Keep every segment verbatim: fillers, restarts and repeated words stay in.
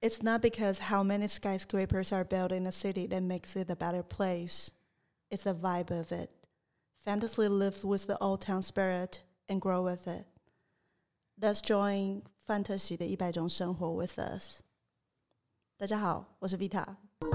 It's not because how many skyscrapers are built in a city that makes it a better place. It's the vibe of it. Fantasy lives with the old town spirit and grow with it. Let's join Fantasy 的一百种生活 with us. 大家好，我是 Vita。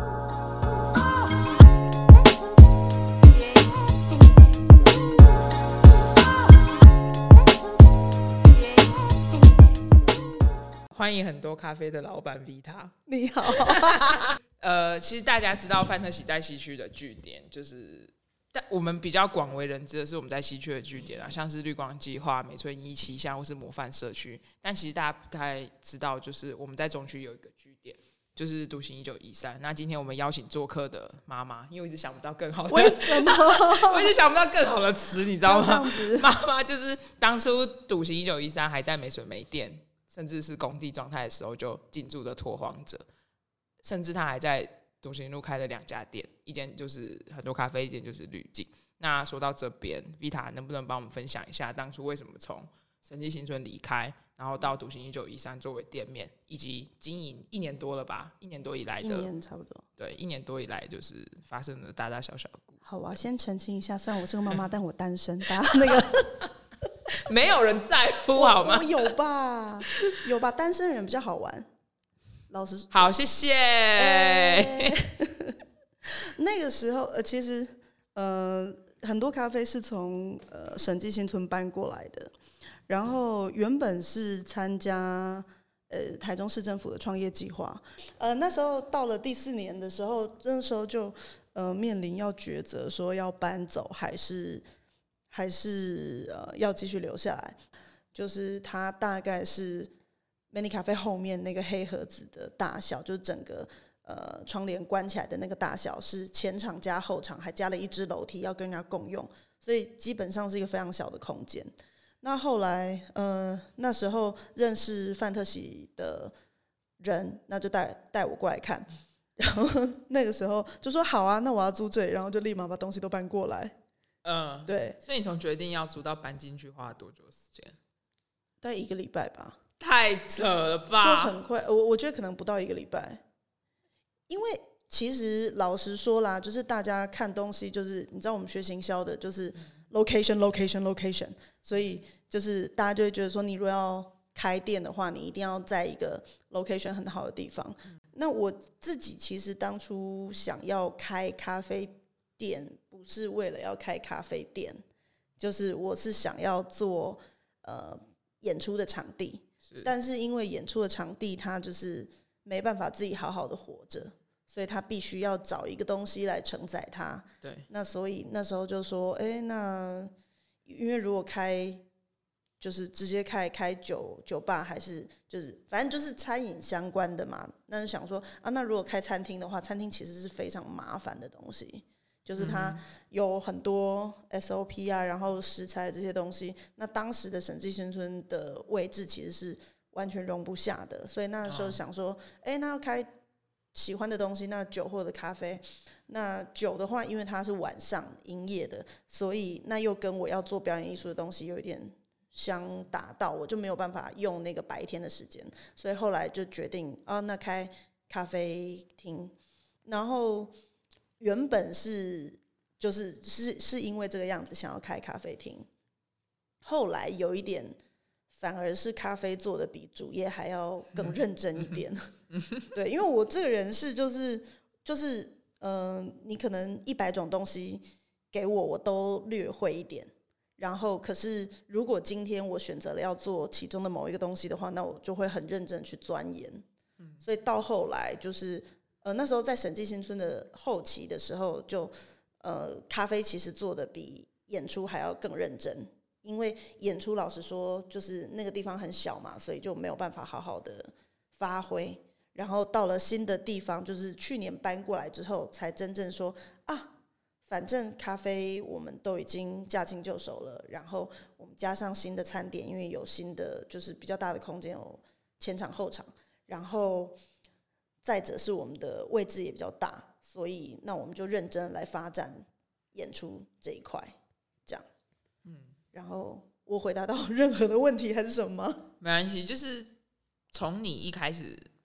欢迎很多咖啡的老板 Vita。 你好。 呃，其实大家知道范特喜在西区的据点，就是但我们比较广为人知的是我们在西区的据点啊，像是绿光计划、美村一期巷或是模范社区。但其实大家不太知道，就是我们在中区有一个据点，就是独行一九一三。那今天我们邀请做客的妈妈，因为我一直想不到更好的， 为什么？ 我一直想不到更好的词，你知道吗？妈妈就是当初独行一九一三还在美水没店，甚至是工地状态的时候就进驻的拓荒者，甚至他还在独行路开了两家店，一间就是很多咖啡，一间就是滤镜。那说到这边 ，Vita 能不能帮我们分享一下当初为什么从审计新村离开，然后到独行一九一三作为店面，以及经营一年多了吧，一年多以来的， 一年差不多， 对，一年多以来就是发生了大大小小的故事。 好啊，先澄清一下，虽然我是个妈妈，但我单身，大家那个。 没有人在乎好吗？ 我有吧，有吧，单身人比较好玩。老实说， 好，谢谢。欸、 那个时候，呃，其实，呃，很多咖啡是从呃审计新村搬过来的，然后原本是参加呃台中市政府的创业计划，呃，那时候到了第四年的时候，那时候就呃面临要抉择，说要搬走还是。还是呃要继续留下来，就是它大概是 Many 咖啡后面那个黑盒子的大小，就是整个呃窗帘关起来的那个大小是前场加后场，还加了一只楼梯要跟人家共用，所以基本上是一个非常小的空间。那后来呃那时候认识范特喜的人，那就带带我过来看，然后那个时候就说好啊，那我要租这里，然后就立马把东西都搬过来。嗯，对， 所以你从决定要租到搬进去花了多久的时间？ 大概一个礼拜吧。 太扯了吧！ 就很快，我我觉得可能不到一个礼拜。因为其实老实说啦，就是大家看东西，就是你知道我们学行销的，就是 location location location， 所以就是大家就会觉得说，你如果要开店的话，你一定要在一个 location 很好的地方。嗯、那我自己其实当初想要开咖啡店不是为了要开咖啡店，就是我是想要做呃演出的场地，是但是因为演出的场地它就是没办法自己好好的活着，所以他必须要找一个东西来承载它。对，那所以那时候就说，哎、欸，那因为如果开就是直接开开酒酒吧，还是就是反正就是餐饮相关的嘛，那就想说啊，那如果开餐厅的话，餐厅其实是非常麻烦的东西。就是它有很多 S O P 啊，然后食材这些东西，那当时的审计新村的位置其实是完全容不下的，所以那时候想说，哎、欸，那要开喜欢的东西，那酒或者咖啡，那酒的话，因为它是晚上营业的，所以那又跟我要做表演艺术的东西有一点相打到，我就没有办法用那个白天的时间，所以后来就决定啊，那开咖啡厅，然后。原本是就是是是因为这个样子想要开咖啡厅，后来有一点反而是咖啡做的比主业还要更认真一点。对，因为我这个人是就是就是嗯、呃，你可能一百种东西给我，我都略会一点。然后，可是如果今天我选择了要做其中的某一个东西的话，那我就会很认真去钻研。所以到后来就是。呃，那时候在审计新村的后期的时候就，呃，咖啡其实做的比演出还要更认真，因为演出老实说就是那个地方很小嘛，所以就没有办法好好的发挥。然后到了新的地方，就是去年搬过来之后，才真正说啊，反正咖啡我们都已经驾轻就熟了，然后我们加上新的餐点，因为有新的就是比较大的空间，有前场后场，然后。再者是我们的位置也比较大，所以那我们就认真来发展演出这一块，这样。嗯，然后我回答到任何的问题还是什么吗？ 没关系，就是从你一开始，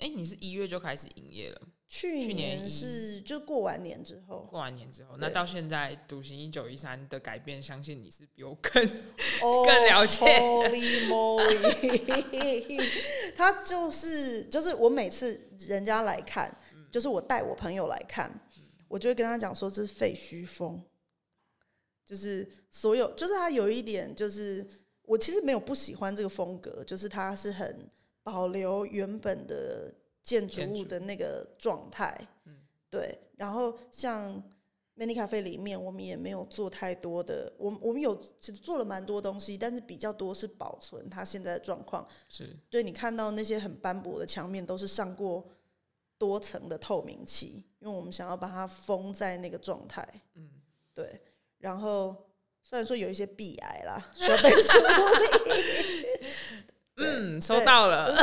哎、欸，你是一月就开始营业了？ 去年是就过完年之后， 过完年之后，那到现在笃行一九一三的改变，相信你是比我更、 oh, 更了解。 Holy moly！ 他就是就是我每次人家来看，嗯、就是我带我朋友来看，嗯、我就会跟他讲说这是废墟风，就是所有就是他有一点就是我其实没有不喜欢这个风格，就是他是很保留原本的建筑物的那个状态，嗯、对。然后像 Many Cafe 里面，我们也没有做太多的，我们我们有其实做了蛮多东西，但是比较多是保存它现在的状况。 是， 对，你看到那些很斑驳的墙面，都是上过多层的透明漆，因为我们想要把它封在那个状态。嗯，对。然后虽然说有一些壁癌啦，需要被处理。 嗯，收到了。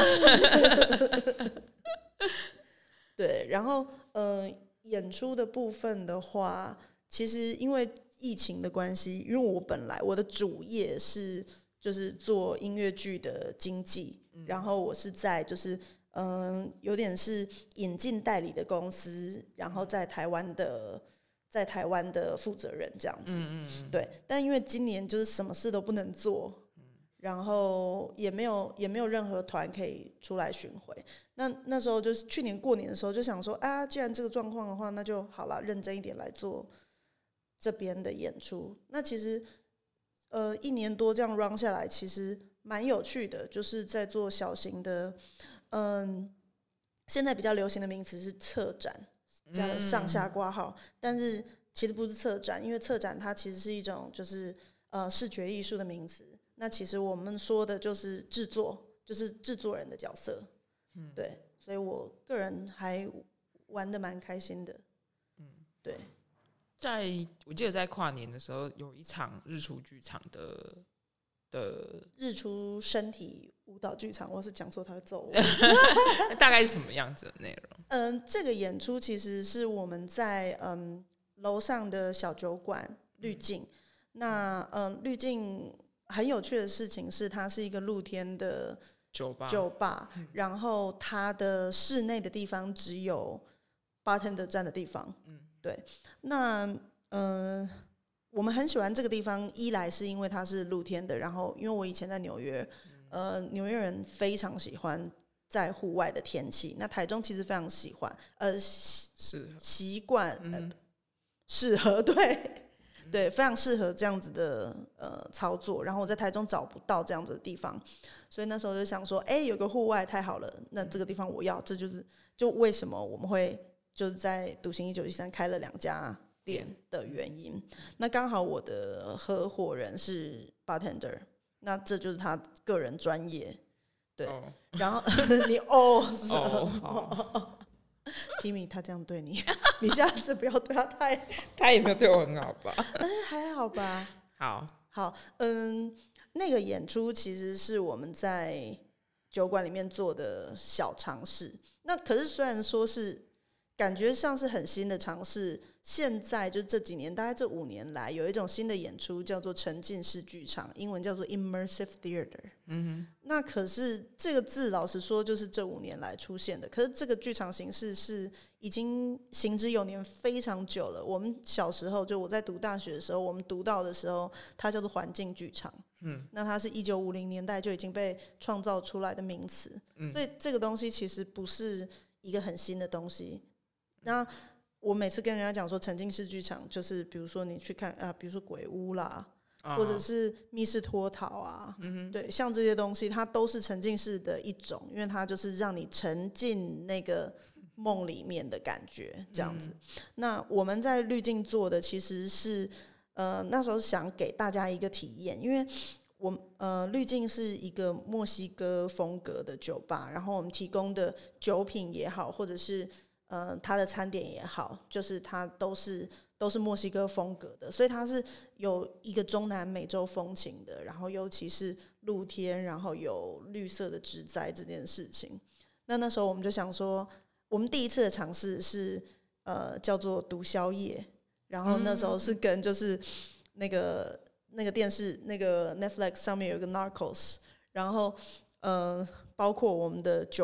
对，然后呃，演出的部分的话，其实因为疫情的关系，因为我本来我的主业是就是做音乐剧的经纪，嗯、然后我是在就是嗯、呃，有点是引进代理的公司，然后在台湾的在台湾的负责人这样子，嗯嗯嗯对。但因为今年就是什么事都不能做。然后也没有也没有任何团可以出来巡回，那那时候就是去年过年的时候就想说啊，既然这个状况的话，那就好了，认真一点来做这边的演出。那其实呃一年多这样 run 下来，其实蛮有趣的，就是在做小型的，嗯，现在比较流行的名词是策展，加了上下挂号，嗯、但是其实不是策展，因为策展它其实是一种就是呃视觉艺术的名词。那其实我们说的就是制作，就是制作人的角色，嗯、对，所以我个人还玩得蛮开心的，嗯，对。 在我记得在跨年的时候，有一场日出剧场的的日出身体舞蹈剧场，我是讲错他会揍我。 大概是什么样子的内容？ 嗯，这个演出其实是我们在嗯楼上的小酒馆滤镜，嗯、那嗯滤镜。很有趣的事情是，它是一个露天的酒吧， 酒吧，然后它的室内的地方只有 bartender 站的地方。嗯，对。那嗯、呃，我们很喜欢这个地方，一来是因为它是露天的，然后因为我以前在纽约，呃，纽约人非常喜欢在户外的天气，那台中其实非常喜欢，呃，习惯，呃，适合对。对，非常适合这样子的呃操作。然后我在台中找不到这样子的地方，所以那时候就想说，哎，有个户外太好了，那这个地方我要。这就是就为什么我们会就是在笃行一九一三开了两家店的原因。那刚好我的合伙人是 bartender， 那这就是他个人专业。对，哦、然后你哦哦。Timmy 他这样对你，你下次不要对他太…… 他也没有对我很好吧？ 哎，还好吧。 好， 好，嗯，那个演出其实是我们在酒馆里面做的小尝试。那可是虽然说是感觉上是很新的尝试，现在就这几年，大概这五年来，有一种新的演出叫做沉浸式剧场，英文叫做 immersive theater。嗯哼，那可是这个字，老实说，就是这五年来出现的。可是这个剧场形式是已经行之有年，非常久了。我们小时候，就我在读大学的时候，我们读到的时候，它叫做环境剧场。嗯，那它是一九五零年代就已经被创造出来的名词。嗯，所以这个东西其实不是一个很新的东西。那我每次跟人家讲说沉浸式剧场，就是比如说你去看啊，比如说鬼屋啦，啊、或者是密室脱逃啊，嗯、对，像这些东西，它都是沉浸式的一种，因为它就是让你沉浸那个梦里面的感觉，这样子。嗯、那我们在滤镜做的其实是，呃，那时候想给大家一个体验，因为我呃滤镜是一个墨西哥风格的酒吧，然后我们提供的酒品也好，或者是呃，它的餐点也好，就是它都是都是墨西哥风格的，所以它是有一个中南美洲风情的，然后尤其是露天，然后有绿色的植栽这件事情。那那时候我们就想说，我们第一次的尝试是呃叫做毒宵夜，然后那时候是跟就是那个那个电视那个 Netflix 上面有一个 Narcos， 然后呃包括我们的酒。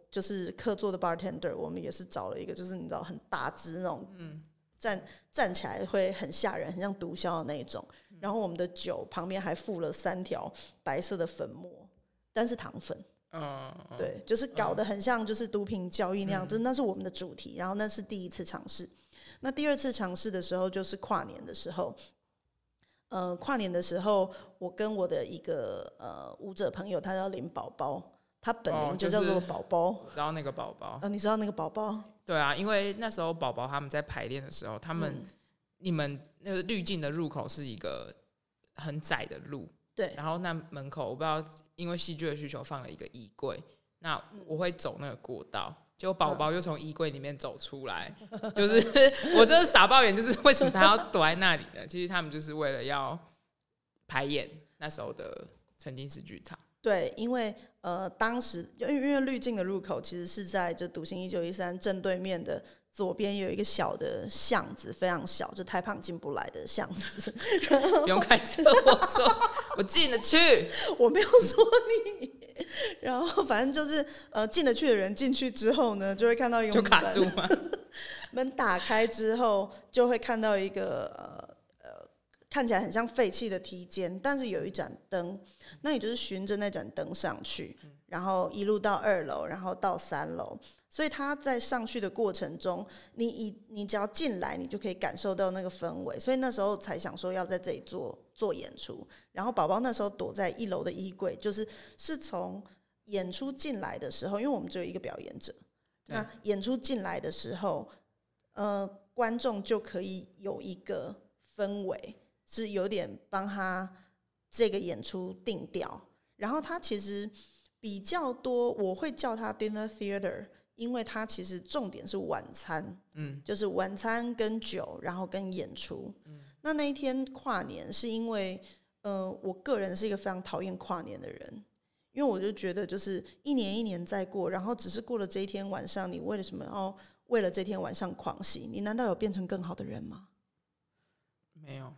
就是客座的 bartender， 我们也是找了一个就是你知道很大只那种，嗯，站站起来会很吓人，很像毒枭的那一种。然后我们的酒旁边还附了三条白色的粉末，但是糖粉。 嗯， 对，就是搞得很像就是毒品交易那样，嗯，那是我们的主题。然后那是第一次尝试。那第二次尝试的时候就是跨年的时候。呃，跨年的时候，我跟我的一个呃舞者朋友，他叫林宝宝，他本名就叫做宝宝。 我知道那个宝宝。 呃，你知道那个宝宝？ 对啊，因为那时候宝宝他们在排练的时候，他们、嗯、你们那个滤镜的入口是一个很窄的路， 对。 然后那门口我不知道，因为戏剧的需求放了一个衣柜，那我会走那个过道。结果宝宝就从衣柜里面走出来，嗯、就是我就是傻爆眼，就是为什么他要躲在那里呢？其实他们就是为了要排演那时候的沉浸式剧场。 对，因为呃，当时因为因为滤镜的入口其实是在就笃行一九一三正对面的左边有一个小的巷子，非常小，就太胖进不来的巷子。 不用开车，我说我进得去， 我没有说你。然后反正就是呃进得去的人进去之后呢，就会看到一个就卡住吗？ 门打开之后就会看到一个呃呃看起来很像废弃的梯间，但是有一盏灯，那你就是循着那盏灯上去，然后一路到二楼，然后到三楼。所以他在上去的过程中，你你你只要进来，你就可以感受到那个氛围。所以那时候才想说要在这里做做演出。然后宝宝那时候躲在一楼的衣柜，就是是从演出进来的时候，因为我们只有一个表演者，那演出进来的时候，呃，观众就可以有一个氛围，是有点帮他这个演出定调。然后他其实比较多，我会叫他 dinner theater。因为它其实重点是晚餐，嗯，就是晚餐跟酒，然后跟演出。嗯，那那一天跨年是因为，呃，我个人是一个非常讨厌跨年的人，因为我就觉得就是一年一年在过，然后只是过了这一天晚上，你为了什么要为了这天晚上狂喜？你难道有变成更好的人吗？ 没有。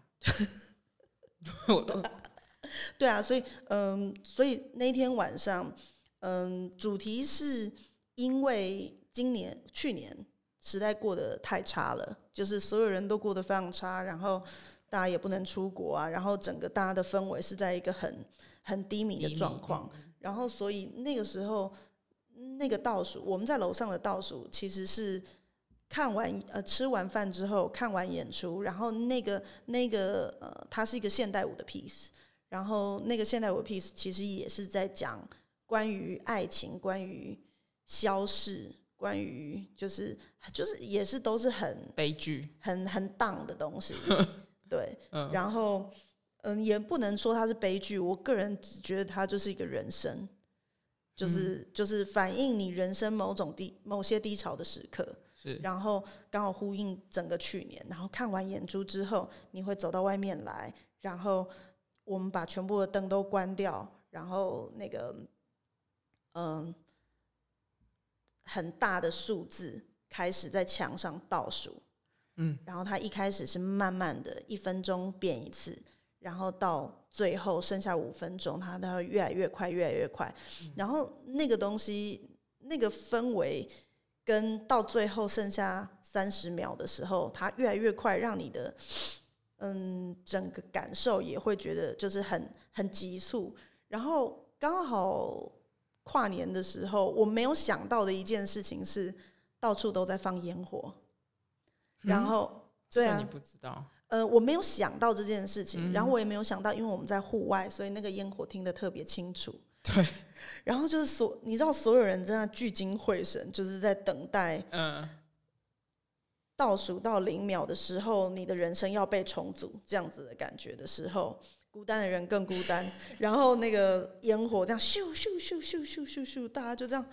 对啊，所以嗯、呃，所以那天晚上，嗯、呃，主题是。因为今年去年时代过得太差了，就是所有人都过得非常差，然后大家也不能出国啊，然后整个大家的氛围是在一个很很低迷的状况，然后所以那个时候那个倒数，我们在楼上的倒数其实是看完呃吃完饭之后看完演出，然后那个那个呃它是一个现代舞的 piece， 然后那个现代舞的 piece 其实也是在讲关于爱情，关于消逝，关于就是就是也是都是很悲剧、 很很荡的东西，对，嗯、然后嗯，也不能说它是悲剧，我个人只觉得它就是一个人生，就是、嗯、就是反映你人生某种低某些低潮的时刻， 是， 然后刚好呼应整个去年，然后看完演出之后，你会走到外面来，然后我们把全部的灯都关掉，然后那个嗯。很大的数字开始在墙上倒数，嗯，然后它一开始是慢慢的一分钟变一次，然后到最后剩下五分钟，它它会越来越快，越来越快，嗯、然后那个东西，那个氛围，跟到最后剩下三十秒的时候，它越来越快，让你的嗯整个感受也会觉得就是很很急促，然后刚好。跨年的时候，我没有想到的一件事情是，到处都在放烟火。然后， 嗯、 对啊， 你不知道？ 呃，我没有想到这件事情，嗯、然后我也没有想到，因为我们在户外，所以那个烟火听得特别清楚。 对。 然后就是所，你知道，所有人真的聚精会神，就是在等待。 嗯。 倒数到零秒的时候，你的人生要被重组，这样子的感觉的时候。孤单的人更孤单，然后那个烟火这样咻咻咻咻咻咻咻，大家就这样，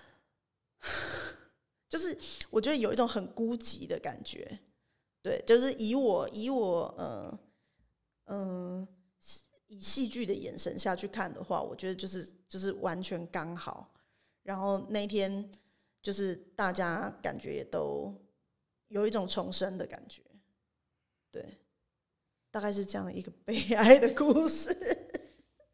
就是我觉得有一种很孤寂的感觉，对，就是以我以我呃嗯、呃、以戏剧的眼神下去看的话，我觉得就是就是完全刚好，然后那天就是大家感觉也都有一种重生的感觉，对。大概是这样一个悲哀的故事。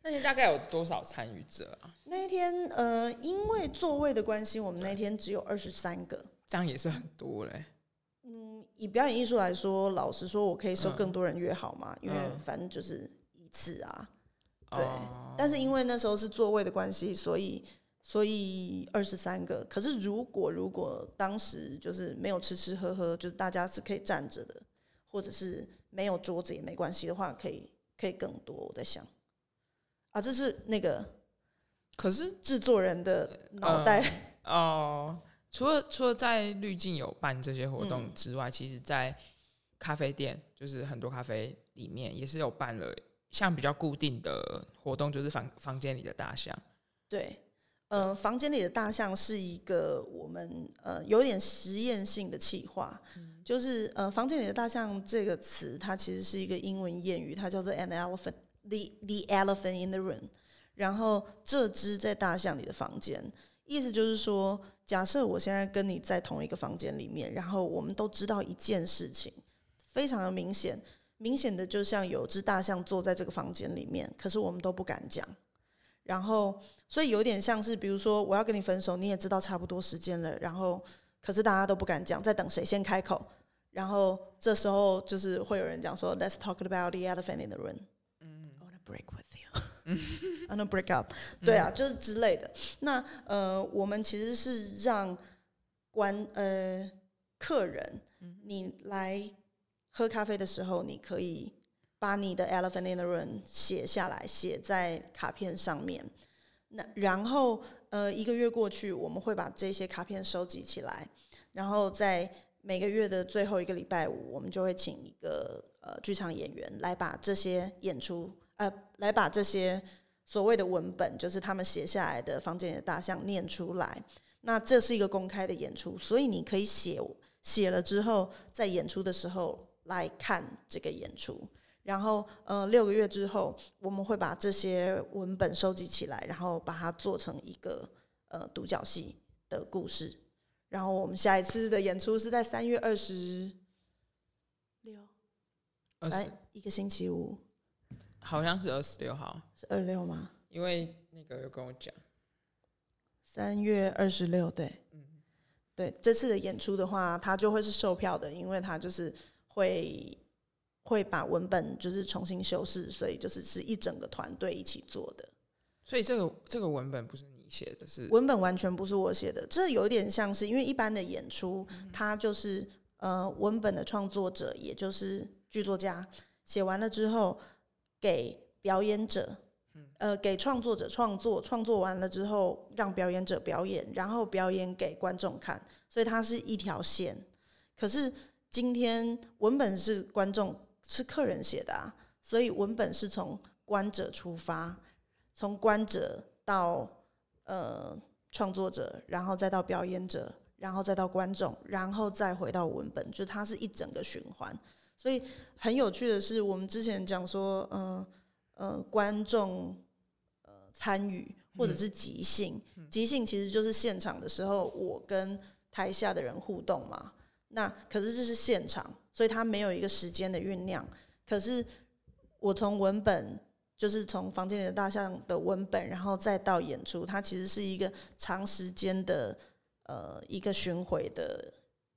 那天大概有多少参与者啊？ 那一天，呃，因为座位的关系，我们那天只有二十三个， 这样也是很多嘞。 嗯，以表演艺术来说，老实说，我可以收更多人越好嘛，嗯、因为反正就是一次啊。对、哦，但是因为那时候是座位的关系，所以所以二十三个。可是如果如果当时就是没有吃吃喝喝，就是大家是可以站着的，或者是没有桌子也没关系的话，可以可以更多。我在想。啊，这是那个， 可是制作人的脑袋哦、呃呃。除了除了在滤镜有办这些活动之外，嗯、其实，在咖啡店，就是很多咖啡里面也是有办了像比较固定的活动，就是房房间里的大象。 对，呃，房间里的大象是一个我们呃有点实验性的企划，嗯、就是呃房间里的大象这个词，它其实是一个英文谚语，它叫做 an elephant。The, the elephant in the room， 然后这只在大象里的房间，意思就是说，假设我现在跟你在同一个房间里面，然后我们都知道一件事情，非常的明显，明显的就像有只大象坐在这个房间里面，可是我们都不敢讲，然后所以有点像是，比如说我要跟你分手，你也知道差不多时间了，然后可是大家都不敢讲，在等谁先开口，然后这时候就是会有人讲说 Let's talk about the elephant in the room。break with you I don't break up 对啊，就是之类的。那呃我们其实是让观呃客人你来喝咖啡的时候，你可以把你的 elephant in the room 写下来，写在卡片上面。那然后呃一个月过去，我们会把这些卡片收集起来，然后在每个月的最后一个礼拜五，我们就会请一个呃剧场演员来把这些演出呃，来把这些所谓的文本，就是他们写下来的房间里的大象念出来。那这是一个公开的演出，所以你可以写写了之后，在演出的时候来看这个演出。然后呃，六个月之后，我们会把这些文本收集起来，然后把它做成一个呃独角戏的故事。然后我们下一次的演出是在三月二十六，来一个星期五。 好像是二十六号， 是二六吗？ 因为那个有跟我讲， 三月二十六，对，嗯，对，这次的演出的话，它就会是售票的，因为它就是会会把文本就是重新修饰，所以就是是一整个团队一起做的。 所以这个这个文本不是你写的，是文本完全不是我写的，这有点像是因为一般的演出，嗯、它就是呃文本的创作者，也就是剧作家写完了之后。给表演者，呃，给创作者创作，创作完了之后让表演者表演，然后表演给观众看，所以它是一条线。可是今天文本是观众是客人写的啊，所以文本是从观者出发，从观者到呃创作者，然后再到表演者，然后再到观众，然后再回到文本，就它是一整个循环。所以很有趣的是，我们之前讲说，呃呃，观众呃参与或者是即兴，嗯、即兴其实就是现场的时候，我跟台下的人互动嘛。那可是这是现场，所以它没有一个时间的酝酿。可是我从文本，就是从房间里的大象的文本，然后再到演出，它其实是一个长时间的呃一个巡回的。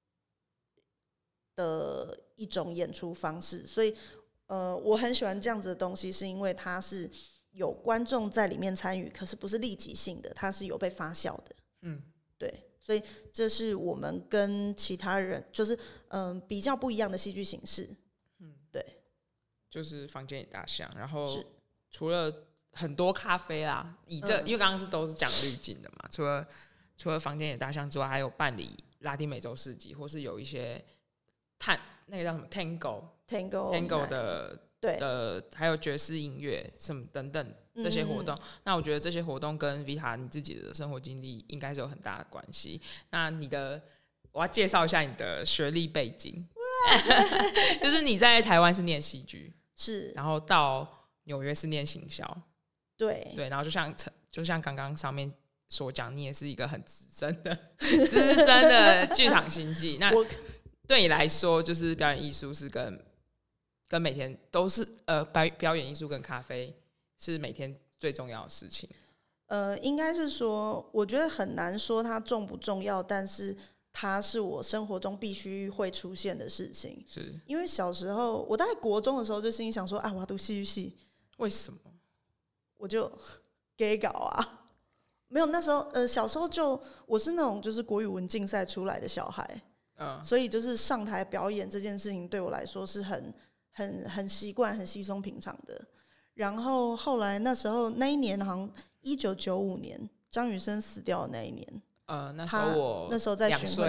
的一种演出方式，所以呃，我很喜欢这样子的东西，是因为它是有观众在里面参与，可是不是立即性的，它是有被发酵的。嗯，对，所以这是我们跟其他人就是嗯、呃、比较不一样的戏剧形式。嗯，对， 就是房间里大象，然后除了很多咖啡啦，以这、嗯、因为刚刚是都是讲滤镜的嘛，除了除了房间里大象之外，还有办理拉丁美洲市集，或是有一些。探那个叫什么 Tango Tango Tango 的对的，还有爵士音乐什么等等这些活动、嗯。那我觉得这些活动跟 Vita 你自己的生活经历应该是有很大的关系。那你的，我要介绍一下你的学历背景，就是你在台湾是念戏剧， 是， 然后到纽约是念行销， 对对，然后就像就像刚刚上面所讲，你也是一个很资深的资深的剧场星际。那对你来说，就是表演艺术是跟跟每天都是呃表表演艺术跟咖啡是每天最重要的事情？ 呃，应该是说，我觉得很难说它重不重要，但是它是我生活中必须会出现的事情。 是因为小时候，我大概国中的时候就心里想说，啊，我要读戏剧系。 为什么？ 我就 gay 搞啊。没有，那时候呃，小时候就我是那种就是国语文竞赛出来的小孩，嗯，所以就是上台表演这件事情对我来说是很很很习惯、很稀松平常的。然后后来那时候那一年好像一九九五年，张雨生死掉的那一年， 呃，那时候我那时候在两岁，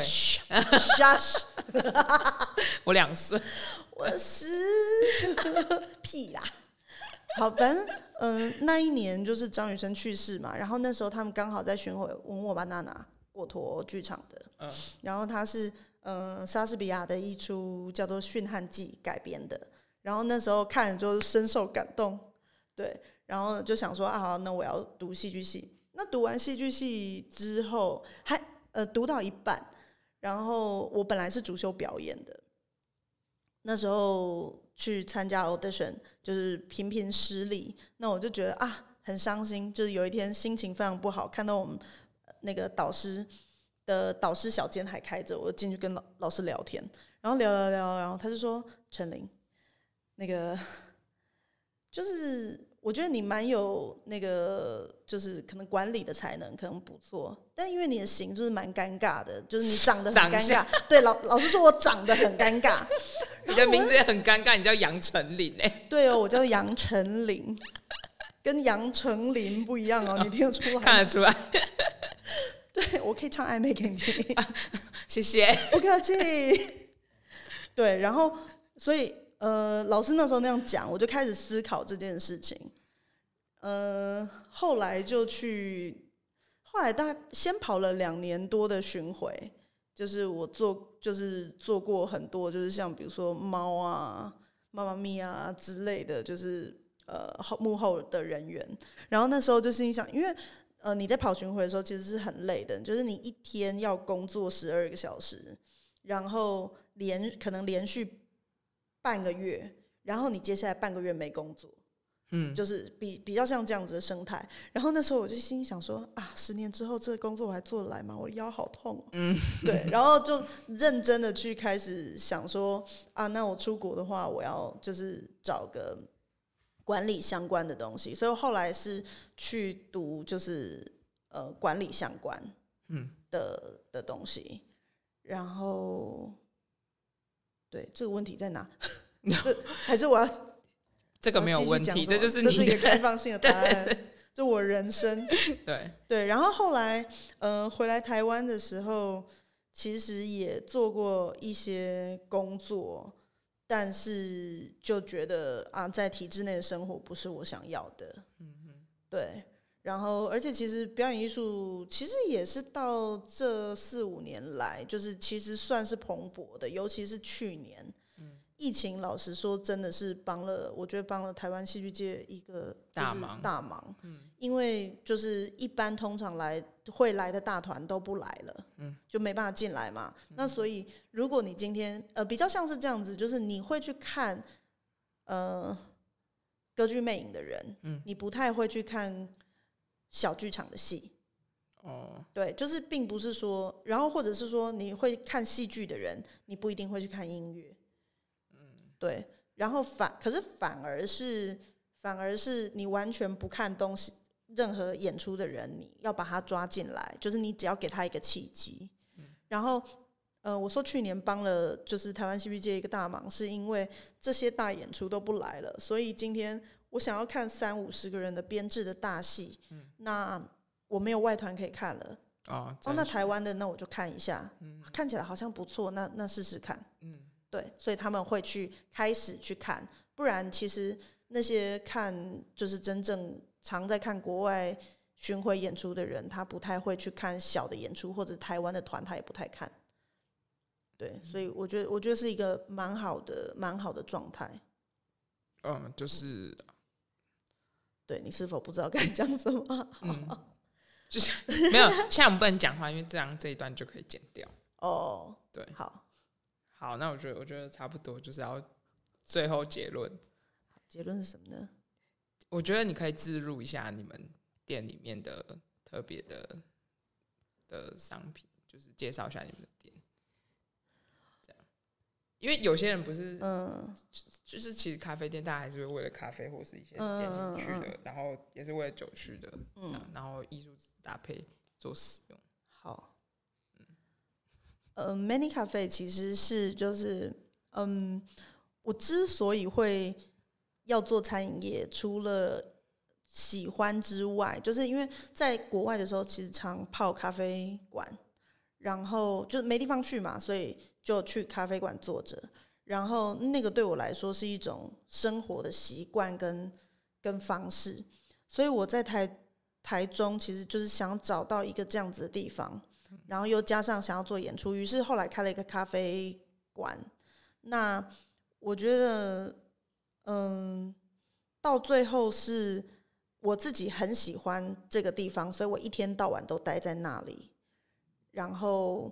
我两岁， 我是屁啦。好，反正嗯、呃，那一年就是张雨生去世嘛，然后那时候他们刚好在巡回《文我巴娜娜》过陀剧场的，嗯，然后他是呃莎士比亚的一出叫做《驯汉记》改编的，然后那时候看了就深受感动，对，然后就想说啊，好，那我要读戏剧系。那读完戏剧系之后，还呃读到一半，然后我本来是主修表演的，那时候去参加 audition， 就是频频失利，那我就觉得啊很伤心，就是有一天心情非常不好，看到我们那个导师的导师小间还开着，我进去跟老老师聊天，然后聊聊聊，然后他就说陈琳，那个就是我觉得你蛮有那个就是可能管理的才能，可能不错，但因为你的型就是蛮尴尬的，就是你长得很尴尬，对老老师说我长得很尴尬。 你的名字也很尴尬，你叫杨丞琳哎。 对哦，我叫杨丞琳，跟杨丞琳不一样哦，你听得出来吗？ 看得出来。 对，我可以唱暧昧给你听。啊、 谢谢， 不客气。对，然后所以呃，老师那时候那样讲，我就开始思考这件事情。呃，后来就去，后来大概先跑了两年多的巡回。就是我做，就是做过很多，就是像比如说猫啊、妈妈咪啊之类的，就是呃幕后的人员。然后那时候就心想，因为呃你在跑巡回的时候其实是很累的，就是你一天要工作十二个小时，然后连可能连续半个月，然后你接下来半个月没工作。嗯，就是比比较像这样子的生态，然后那时候我就心里想说啊，十年之后这个工作我还做得来吗？我腰好痛、哦、嗯，对，然后就认真的去开始想说啊，那我出国的话，我要就是找个管理相关的东西，所以我后来是去读就是呃管理相关嗯的的东西，然后对这个问题在哪？还是我要？ 这个没有问题，这就是你这是一个开放性的答案，就我人生。 对对，然后后来呃回来台湾的时候，其实也做过一些工作，但是就觉得啊，在体制内的生活不是我想要的。嗯哼，对。然后，而且其实表演艺术其实也是到这四五年来，就是其实算是蓬勃的，尤其是去年。疫情老实说真的是帮了，我觉得帮了台湾戏剧界一个大忙大忙，嗯，因为就是一般通常来会来的大团都不来了，嗯，就没办法进来嘛。嗯、那所以如果你今天呃比较像是这样子，就是你会去看呃歌剧魅影的人，嗯，你不太会去看小剧场的戏。哦，对，就是并不是说，然后或者是说你会看戏剧的人，你不一定会去看音乐。对，然后反可是反而是反而是你完全不看东西，任何演出的人，你要把他抓进来，就是你只要给他一个契机。嗯、然后呃，我说去年帮了就是台湾戏剧界一个大忙，是因为这些大演出都不来了，所以今天我想要看三五十个人的编制的大戏，嗯、那我没有外团可以看了。哦，哦那台湾的那我就看一下，嗯、看起来好像不错，那那试试看。嗯。对，所以他们会去开始去看，不然其实那些看就是真正常在看国外巡回演出的人，他不太会去看小的演出，或者台湾的团他也不太看。对，所以我觉得我觉得是一个蛮好的蛮好的状态。 嗯，就是对你是否不知道该讲什么？嗯， 就是没有，现在我们不能讲话，因为这样这一段就可以剪掉。 哦， 对， 好。 好，那我觉得我觉得差不多，就是要最后结论。 结论是什么呢？ 我觉得你可以置入一下你们店里面的特别的的商品，就是介绍一下你们的店，这样。因为有些人不是，嗯，就是其实咖啡店大家还是会为了咖啡或是一些点心去的，嗯嗯嗯，然后也是为了酒去的，嗯，然后艺术搭配做使用。 好，嗯，呃 ，Many Cafe 其实是就是，嗯，我之所以会要做餐饮业，除了喜欢之外，就是因为在国外的时候，其实常泡咖啡馆，然后就没地方去嘛，所以就去咖啡馆坐着。然后那个对我来说是一种生活的习惯跟跟方式，所以我在台台中其实就是想找到一个这样子的地方，然后又加上想要做演出，于是后来开了一个咖啡馆。那我觉得，嗯，到最后是我自己很喜欢这个地方，所以我一天到晚都待在那里。然后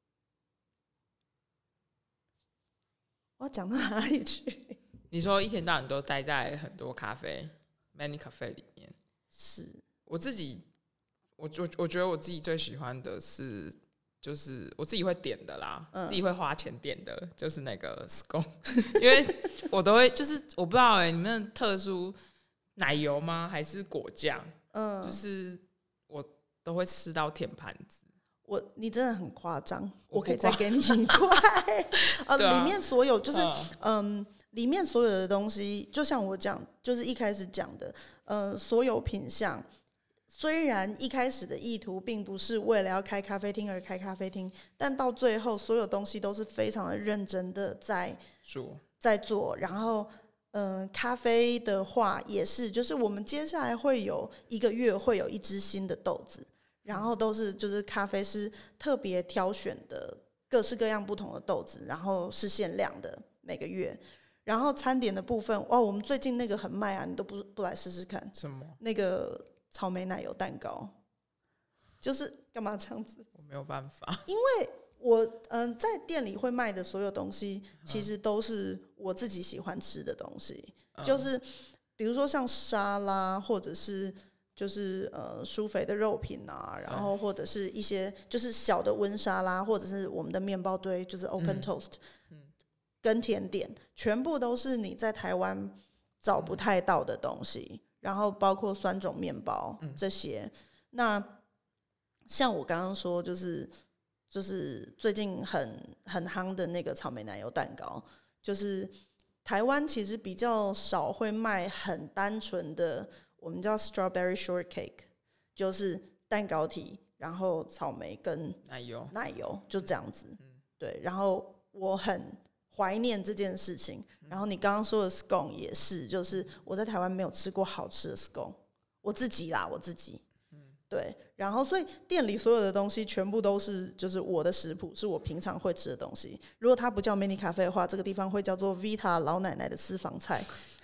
我要讲到哪里去？ 你说一天到晚都待在很多咖啡 Many Cafe 里面， 是我自己，我我我觉得我自己最喜欢的是，就是我自己会点的啦，嗯、自己会花钱点的，就是那个 scone， 因为我都会，就是我不知道哎、欸，你们特殊奶油吗？还是果酱？嗯，就是我都会吃到甜盘子。 我你真的很夸张，我可以再给你一块。呃，啊、里面所有就是嗯、呃，里面所有的东西，就像我讲，就是一开始讲的，呃，所有品项，虽然一开始的意图并不是为了要开咖啡厅而开咖啡厅，但到最后所有东西都是非常的认真的在做，在做。然后，嗯、呃，咖啡的话也是，就是我们接下来会有一个月会有一支新的豆子。然后都是就是咖啡师特别挑选的各式各样不同的豆子，然后是限量的每个月。然后餐点的部分，哇，我们最近那个很卖啊，你都不不来试试看？ 什么？ 那个草莓奶油蛋糕，就是干嘛这样子？ 我没有办法， 因为我嗯、呃、在店里会卖的所有东西，其实都是我自己喜欢吃的东西，嗯、就是比如说像沙拉或者是。就是呃舒肥的肉品啊，然后或者是一些就是小的温沙拉，或者是我们的面包堆，就是 open toast，、嗯、跟甜点，全部都是你在台湾找不太到的东西。然后包括酸种面包这些。嗯、那像我刚刚说，就是就是最近很很夯的那个草莓奶油蛋糕，就是台湾其实比较少会卖很单纯的。我们叫 strawberry shortcake， 就是蛋糕体，然后草莓跟奶油， 奶油就这样子。嗯、对，然后我很怀念这件事情。嗯、然后你刚刚说的 scone 也是，就是我在台湾没有吃过好吃的 scone， 我自己啦，我自己。嗯、对，然后所以店里所有的东西全部都是就是我的食谱，是我平常会吃的东西。如果它不叫 mini 咖啡的话，这个地方会叫做 Vita 老奶奶的私房菜。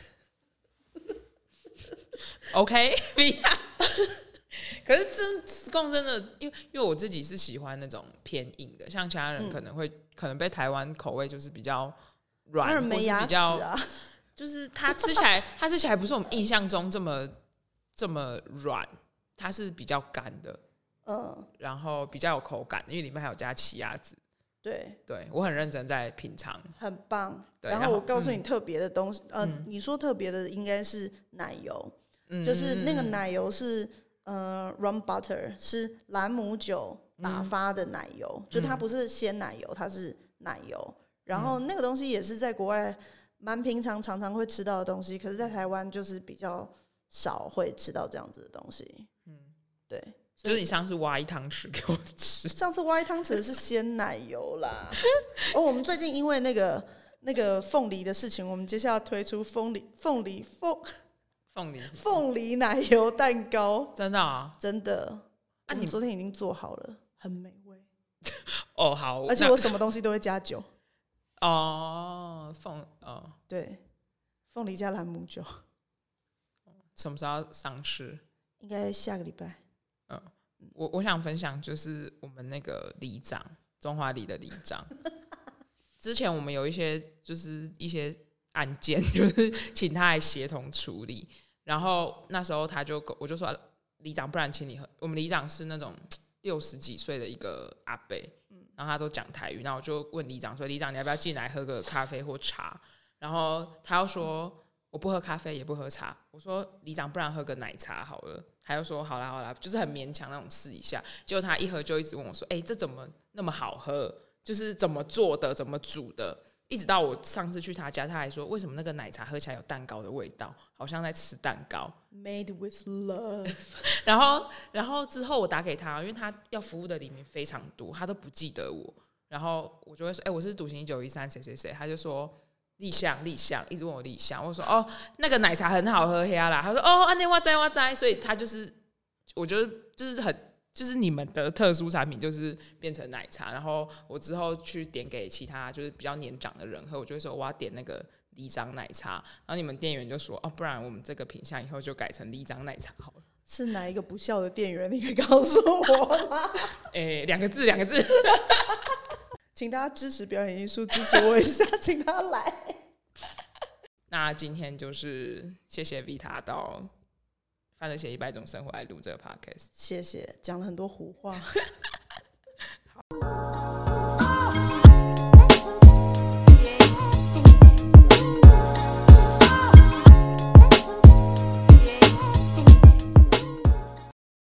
OK， 可是这 scone 真的，因为因为我自己是喜欢那种偏硬的，像其他人可能会、嗯、可能被台湾口味就是比较软，或是比较，就是它吃起来它吃起来不是我们印象中这么这么软，它是比较干的，嗯，然后比较有口感，因为里面还有加奇亚籽。 对， 对我很认真在品尝， 很棒。然后我告诉你特别的东西，嗯、呃，你说特别的应该是奶油，嗯、就是那个奶油是呃 rum butter， 是兰姆酒打发的奶油，嗯、就它不是鲜奶油，它是奶油。然后那个东西也是在国外蛮平常，常常会吃到的东西，可是在台湾就是比较少会吃到这样子的东西。嗯，对。 就是你上次挖一汤匙给我吃， 上次挖一汤匙的是鲜奶油啦。哦，我们最近因为那个那个凤梨的事情，我们接下来推出凤梨凤梨凤凤梨凤梨奶油蛋糕， 真的啊， 真的。啊，你昨天已经做好了，很美味。 哦，好， 而且我什么东西都会加酒。 哦，凤哦， 对，凤梨加兰姆酒。 什么时候要上市？ 应该下个礼拜。 嗯，我我想分享就是我们那个里长，中华里的里长，之前我们有一些就是一些案件，就是请他来协同处理， 然后那时候他就我就说里长，不然请你喝。我们里长是那种六十几岁的一个阿伯，然后他都讲台语，然后我就问里长说：“里长，你要不要进来喝个咖啡或茶？”然后他又说：“我不喝咖啡，也不喝茶。”我说：“里长，不然喝个奶茶好了。”他又说：“好啦好啦，就是很勉强那种试一下。”结果他一喝就一直问我说：“哎、欸，这怎么那么好喝？就是怎么做的，怎么煮的？”一直到我上次去他家，他还说：“为什么那个奶茶喝起来有蛋糕的味道，好像在吃蛋糕。” Made with love 然后，然后之后我打给他，因为他要服务的里面非常多，他都不记得我。然后我就会说：“哎、欸，我是笃行一九一三谁谁谁。”他就说：“立项，立项，一直问我立项。”我说：“哦，那个奶茶很好喝，黑啦。”他说：“哦，安内哇哉哇哉。”所以他就是，我觉得就是很。就是你们的特殊产品就是变成奶茶，然后我之后去点给其他就是比较年长的人喝，我就会说我要点那个里长奶茶，然后你们店员就说哦，不然我们这个品项以后就改成里长奶茶好了。 是哪一个不孝的店员？你可以告诉我吗？ 哎、欸，两个字，两个字。 请大家支持表演艺术，支持我一下，请他来。 那今天就是谢谢 Vita 到范德写一百种生活来录这个 podcast， 谢谢，讲了很多胡话。 好。